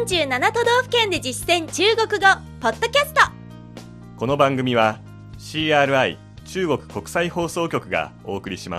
47都道府県で実践中国語ポッドキャスト。 この番組は CRI 中国国際放送局がお送りします。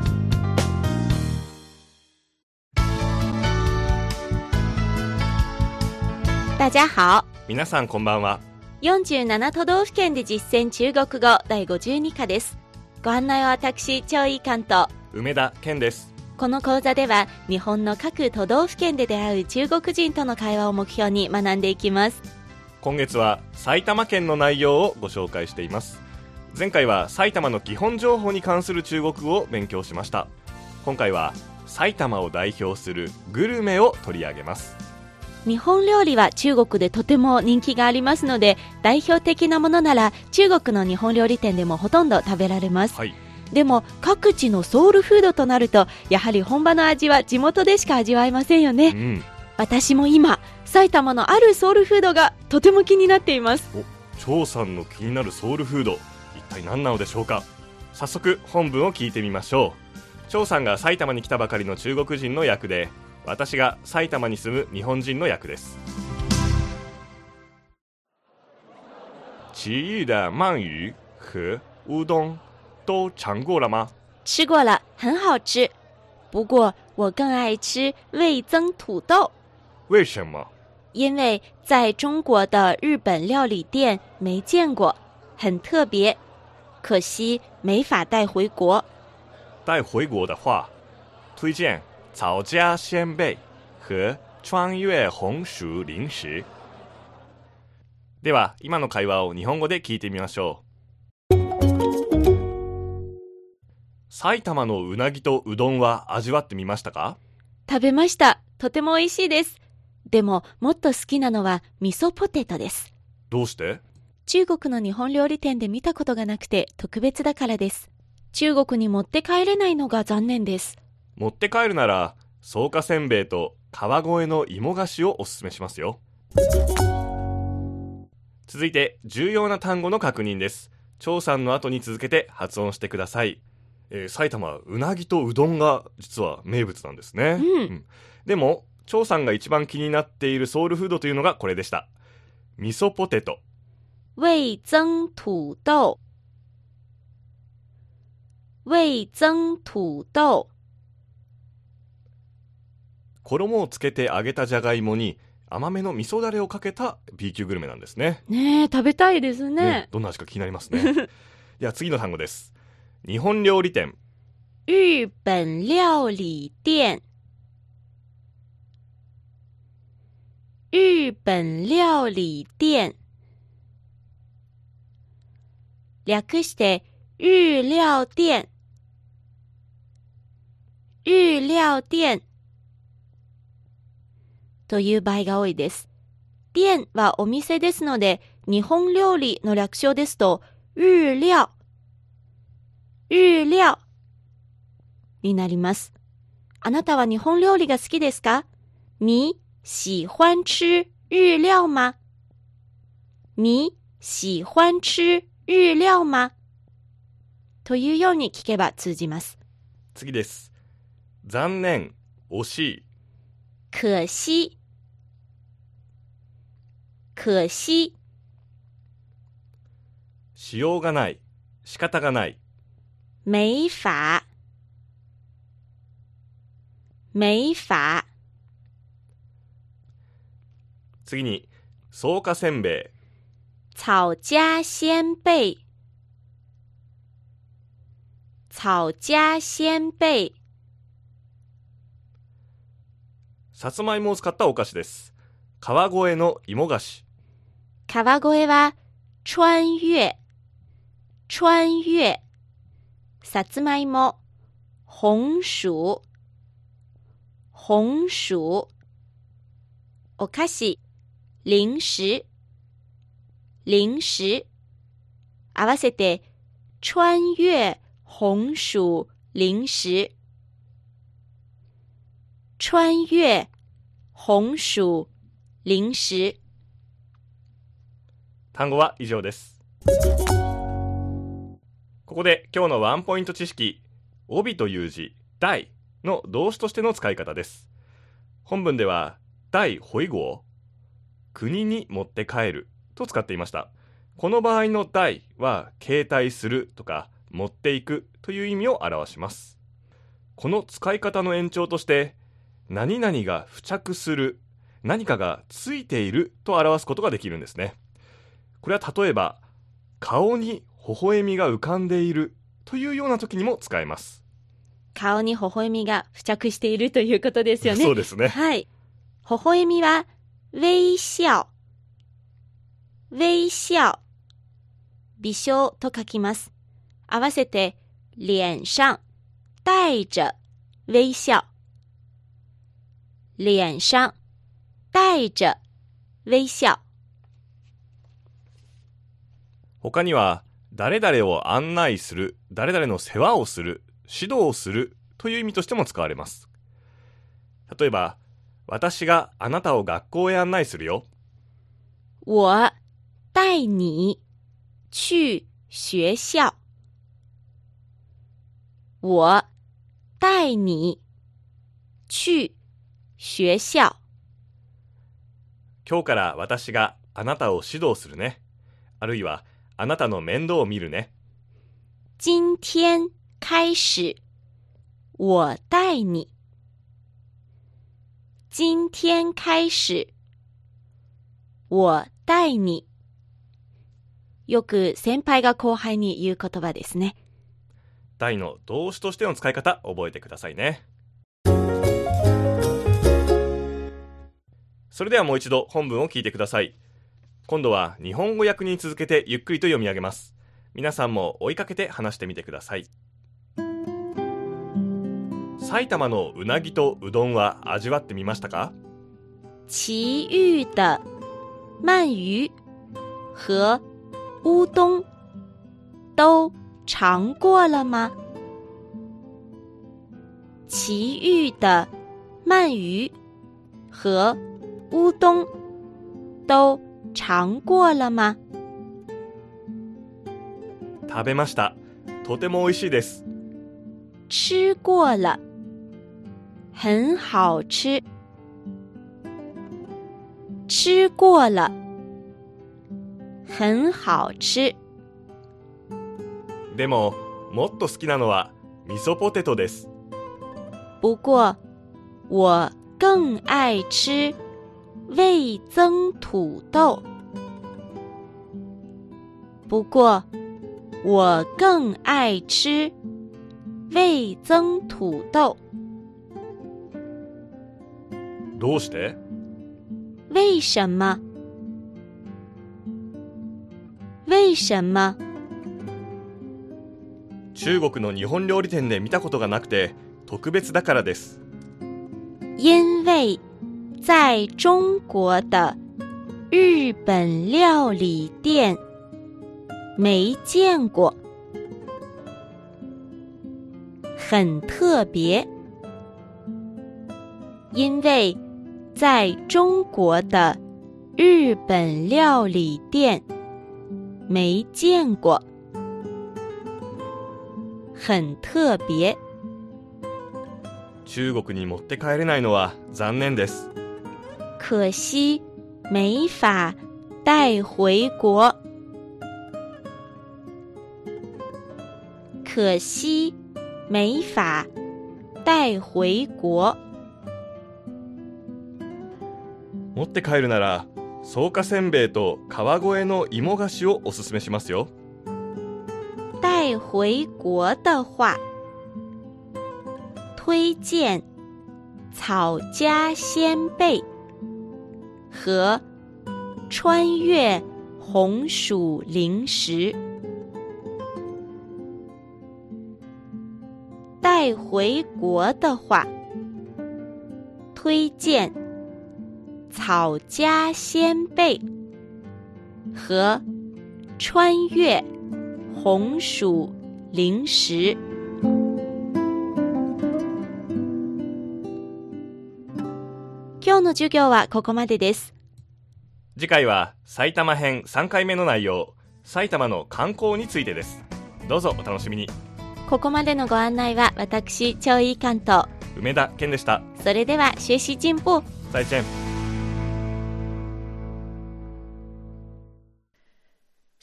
大家好。 皆さんこんばんは。 47都道府県で実践中国語第52課です。ご案内は私、張井関と梅田健です。 この講座では日本の各都道府県で出会う中国人との会話を目標に学んでいきます。 今月は埼玉県の内容をご紹介しています。前回は埼玉の基本情報に関する中国語を勉強しました。今回は埼玉を代表するグルメを取り上げます。 日本料理は中国でとても人気がありますので、代表的なものなら中国の日本料理店でもほとんど食べられます、でも各地のソウルフードとなると、やはり本場の味は地元でしか味わえませんよね、私も今埼玉のあるソウルフードがとても気になっています。 張さんの気になるソウルフード、一体何なのでしょうか。早速本文を聞いてみましょう。張さんが埼玉に来たばかりの中国人の役で、私が埼玉に住む日本人の役です。奇遇的鳗魚和烏冬都嘗過了嗎？ 吃過了，很好吃。不過我更愛吃味噌土豆。 為什麼？ 因為在中國的日本料理店沒見過，很特別，可惜沒法帶回國。 帶回國的話，推薦草加鮮貝和川越紅薯零食。では今の会話を日本語で聞いてみましょう。埼玉のうなぎとうどんは味わってみましたか？ 食べました。とても美味しいです。でももっと好きなのは味噌ポテトです。 どうして？ 中国の日本料理店で見たことがなくて特別だからです。中国に持って帰れないのが残念です。 持って帰るなら草加せんべいと川越の芋菓子をおすすめしますよ。続いて重要な単語の確認です。張さんの後に続けて発音してください。埼玉はうなぎとうどんが実は名物なんですね、でも張さんが一番気になっているソウルフードというのがこれでした。味噌ポテト。 味噌土豆。味噌土豆。 衣をつけて揚げたじゃがいもに甘めの味噌だれをかけた B 級グルメなんですね。 ねえ、食べたいですね。 どんな味か気になりますね。では次の単語です。日本料理店。 日本料理店。日本料理店。略して日料店。日料店という場合が多いです。店はお店ですので、日本料理の略称ですと日料になります。あなたは日本料理が好きですか？你喜欢吃日料吗？你喜欢吃日料吗？というように聞けば通じます。 次です。残念、惜しい。 可惜。可惜。 しようがない、仕方がない。 没法。没法。 次に草加せんべい。 草加鮮貝。草加鮮貝。 さつまいもを使ったお菓子です。川越の芋菓子。 川越は川越。川越。さつまいも。紅薯。紅薯。お菓子。零食。零食。合わせて川越紅薯零食。川越紅薯零食。 単語は以上です。ここで今日のワンポイント知識、帯という字、大の動詞としての使い方です。本文では大回国国に持って帰ると使っていました。この場合の带は携帯するとか持っていくという意味を表します。この使い方の延長として何々が付着する、何かがついていると表すことができるんですね。これは例えば顔に微笑みが浮かんでいるというような時にも使えます。 顔に微笑みが付着しているということですよね。 そうですね。 はい。微笑みは微笑、微笑、微笑と書きます。合わせて脸上带着微笑、脸上带着微笑。 他には誰々を案内する、誰々の世話をする、指導をするという意味としても使われます。例えば、私があなたを学校へ案内するよ。 我带你去学校。我带你去学校。 今日から私があなたを指導するね。あるいはあなたの面倒を見るね。 今天開始我带你。今天開始我带你。よく先輩が後輩に言う言葉ですね。 带の動詞としての使い方覚えてくださいね。それではもう一度本文を聞いてください。今度は日本語訳に続けてゆっくりと読み上げます。皆さんも追いかけて話してみてください。埼玉のうなぎとうどんは味わってみましたか？ 奇遇的鳗魚和烏冬都嘗過了嗎？奇遇的鳗魚和烏冬都嘗過了嗎？ 食べました。とても美味しいです。 吃過了。很好吃。吃過了。很好吃。 でも、もっと好きなのは味噌ポテトです。 不過、我更愛吃味噌土豆。不過、我更愛吃味噌土豆。 どうして？ 為什麼？為什麼？ 中国の日本料理店で見たことがなくて特別だからです。 因為在中國的日本料理店沒見過，很特別。因為在中國的日本料理店沒見過，很特別。 中国に持って帰れないのは残念です。 可惜沒法帶回國。可惜沒法帶回國。 持って帰るなら草加せんべいと川越の芋菓子をおすすめしますよ。 帶回國的話，推薦草加鮮貝和川越紅薯零食。帶回國的話，推薦草加鮮貝和川越紅薯零食。今日の授業はここまでです。 次回は埼玉編3回目の内容、埼玉の観光についてです。どうぞお楽しみに。 ここまでのご案内は私、張一貫と梅田健でした。 それでは学習進歩。 再见。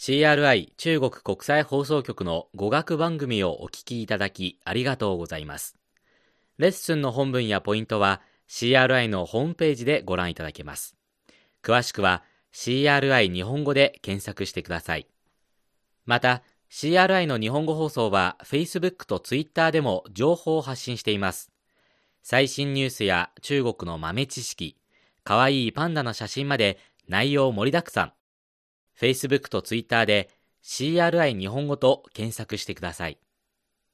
CRI 中国国際放送局の語学番組をお聞きいただきありがとうございます。レッスンの本文やポイントは CRI のホームページでご覧いただけます。詳しくは CRI 日本語で検索してください。また、CRI の日本語放送は Facebook と Twitter でも情報を発信しています。最新ニュースや中国の豆知識、かわいいパンダの写真まで内容盛りだくさん。Facebook と Twitter で CRI 日本語と検索してください。